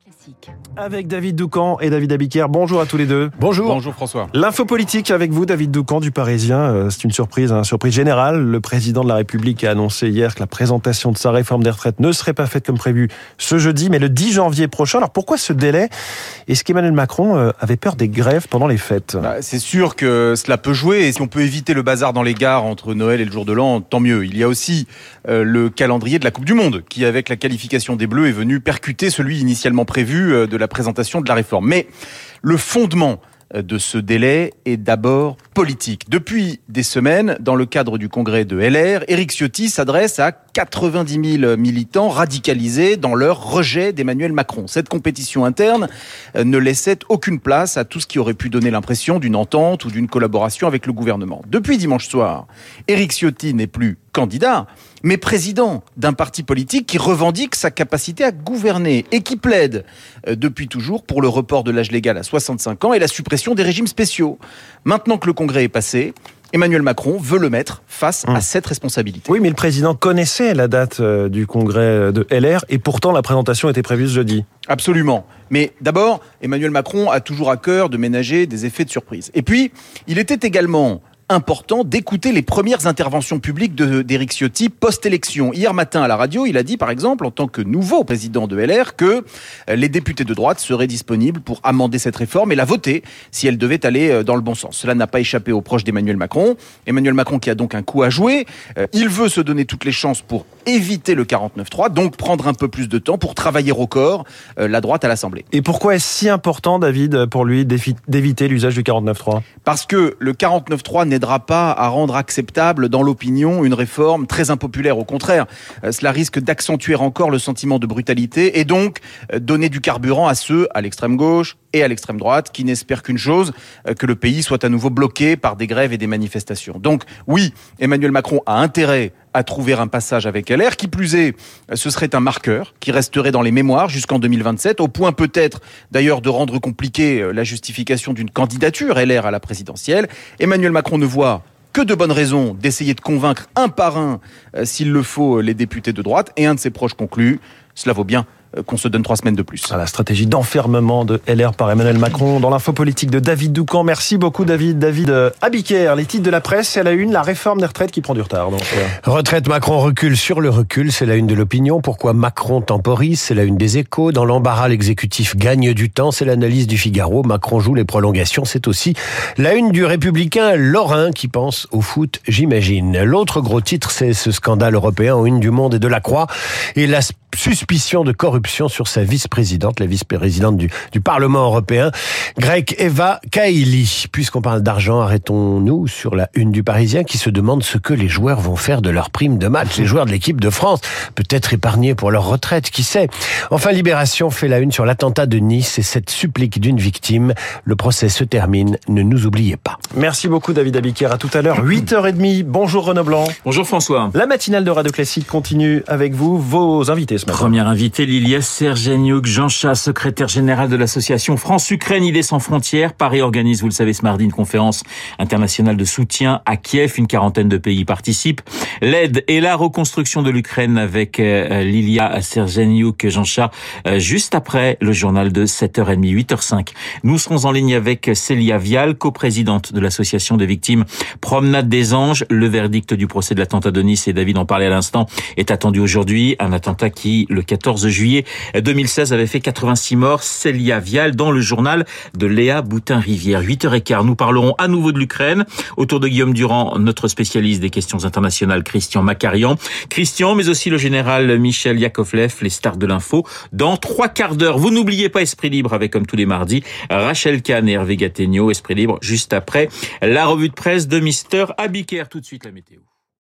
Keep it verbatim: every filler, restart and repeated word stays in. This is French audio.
Classique. Avec David Doucan et David Abiker. Bonjour à tous les deux. Bonjour. Bonjour François. L'info politique avec vous, David Doucan du Parisien. C'est une surprise, une surprise générale. Le président de la République a annoncé hier que la présentation de sa réforme des retraites ne serait pas faite comme prévu ce jeudi, mais le dix janvier prochain. Alors pourquoi ce délai ? Est-ce qu'Emmanuel Macron avait peur des grèves pendant les fêtes ? Bah, c'est sûr que cela peut jouer, et si on peut éviter le bazar dans les gares entre Noël et le jour de l'an, tant mieux. Il y a aussi euh, le calendrier de la Coupe du Monde, qui avec la qualification des Bleus est venu percuter celui initialement prévu euh, de la présentation de la réforme. Mais le fondement de ce délai est d'abord politique. Depuis des semaines, dans le cadre du congrès de L R, Éric Ciotti s'adresse à quatre-vingt-dix mille militants radicalisés dans leur rejet d'Emmanuel Macron. Cette compétition interne ne laissait aucune place à tout ce qui aurait pu donner l'impression d'une entente ou d'une collaboration avec le gouvernement. Depuis dimanche soir, Éric Ciotti n'est plus candidat, mais président d'un parti politique qui revendique sa capacité à gouverner et qui plaide depuis toujours pour le report de l'âge légal à soixante-cinq ans et la suppression des régimes spéciaux. Maintenant que le congrès est passé, Emmanuel Macron veut le mettre face mmh. à cette responsabilité. Oui, mais le président connaissait la date du congrès de L R et pourtant la présentation était prévue ce jeudi. Absolument. Mais d'abord, Emmanuel Macron a toujours à cœur de ménager des effets de surprise. Et puis, il était également important d'écouter les premières interventions publiques de, d'Éric Ciotti post-élection. Hier matin à la radio, il a dit par exemple, en tant que nouveau président de L R, que les députés de droite seraient disponibles pour amender cette réforme et la voter si elle devait aller dans le bon sens. Cela n'a pas échappé aux proches d'Emmanuel Macron. Emmanuel Macron qui a donc un coup à jouer. Il veut se donner toutes les chances pour éviter le quarante-neuf trois, donc prendre un peu plus de temps pour travailler au corps la droite à l'Assemblée. Et pourquoi est-ce si important, David, pour lui d'éviter l'usage du quarante-neuf trois ? Parce que le quarante-neuf trois n'est n'aidera pas à rendre acceptable dans l'opinion une réforme très impopulaire. Au contraire, cela risque d'accentuer encore le sentiment de brutalité et donc donner du carburant à ceux à l'extrême gauche et à l'extrême droite qui n'espèrent qu'une chose, que le pays soit à nouveau bloqué par des grèves et des manifestations. Donc oui, Emmanuel Macron a intérêt à trouver un passage avec L R. Qui plus est, ce serait un marqueur qui resterait dans les mémoires jusqu'en deux mille vingt-sept, au point peut-être d'ailleurs de rendre compliqué la justification d'une candidature L R à la présidentielle. Emmanuel Macron ne voit que de bonnes raisons d'essayer de convaincre un par un, euh, s'il le faut, les députés de droite. Et un de ses proches conclut, cela vaut bien qu'on se donne trois semaines de plus. À la stratégie d'enfermement de L R par Emmanuel Macron dans l'info politique de David Doucan. Merci beaucoup David. David Abiker, les titres de la presse, c'est à la une, la réforme des retraites qui prend du retard. Donc, euh... Retraite, Macron recule sur le recul, c'est la une de l'opinion. Pourquoi Macron temporise, c'est la une des Échos. Dans l'embarras, l'exécutif gagne du temps, c'est l'analyse du Figaro. Macron joue les prolongations, c'est aussi la une du Républicain Lorrain qui pense au foot, j'imagine. L'autre gros titre, c'est ce scandale européen aux une du Monde et de la Croix et la suspicion de corruption sur sa vice-présidente, la vice-présidente du, du Parlement européen, grecque Eva Kaili. Puisqu'on parle d'argent, arrêtons-nous sur la une du Parisien qui se demande ce que les joueurs vont faire de leur prime de match. Les joueurs de l'équipe de France, peut-être épargnés pour leur retraite, qui sait. Enfin, Libération fait la une sur l'attentat de Nice et cette supplique d'une victime. Le procès se termine, ne nous oubliez pas. Merci beaucoup David Abiker, à tout à l'heure, huit heures trente. Bonjour Renaud Blanc. Bonjour François. La matinale de Radio Classique continue avec vous, vos invités ce matin. Première invitée, Lilia Sergeniuk, Jean Chat, secrétaire général de l'association France-Ukraine, Idées sans frontières. Paris organise, vous le savez, ce mardi, une conférence internationale de soutien à Kiev. Une quarantaine de pays participent. L'aide et la reconstruction de l'Ukraine avec euh, Lilia Sergeniuk, Jean Chat, euh, juste après le journal de sept heures trente, huit heures cinq. Nous serons en ligne avec Célia Vial, coprésidente de l'association des victimes Promenade des Anges. Le verdict du procès de l'attentat de Nice, et David en parlait à l'instant, est attendu aujourd'hui. Un attentat qui, le quatorze juillet deux mille seize, avait fait quatre-vingt-six morts. Célia Vial dans le journal de Léa Boutin-Rivière. huit heures quinze, nous parlerons à nouveau de l'Ukraine. Autour de Guillaume Durand, notre spécialiste des questions internationales, Christian Macarian. Christian, mais aussi le général Michel Yakovlev, les stars de l'info. Dans trois quarts d'heure, vous n'oubliez pas Esprit Libre avec, comme tous les mardis, Rachel Kahn et Hervé Gattegno. Esprit Libre juste après la revue de presse de Mister Abiker. Tout de suite la météo.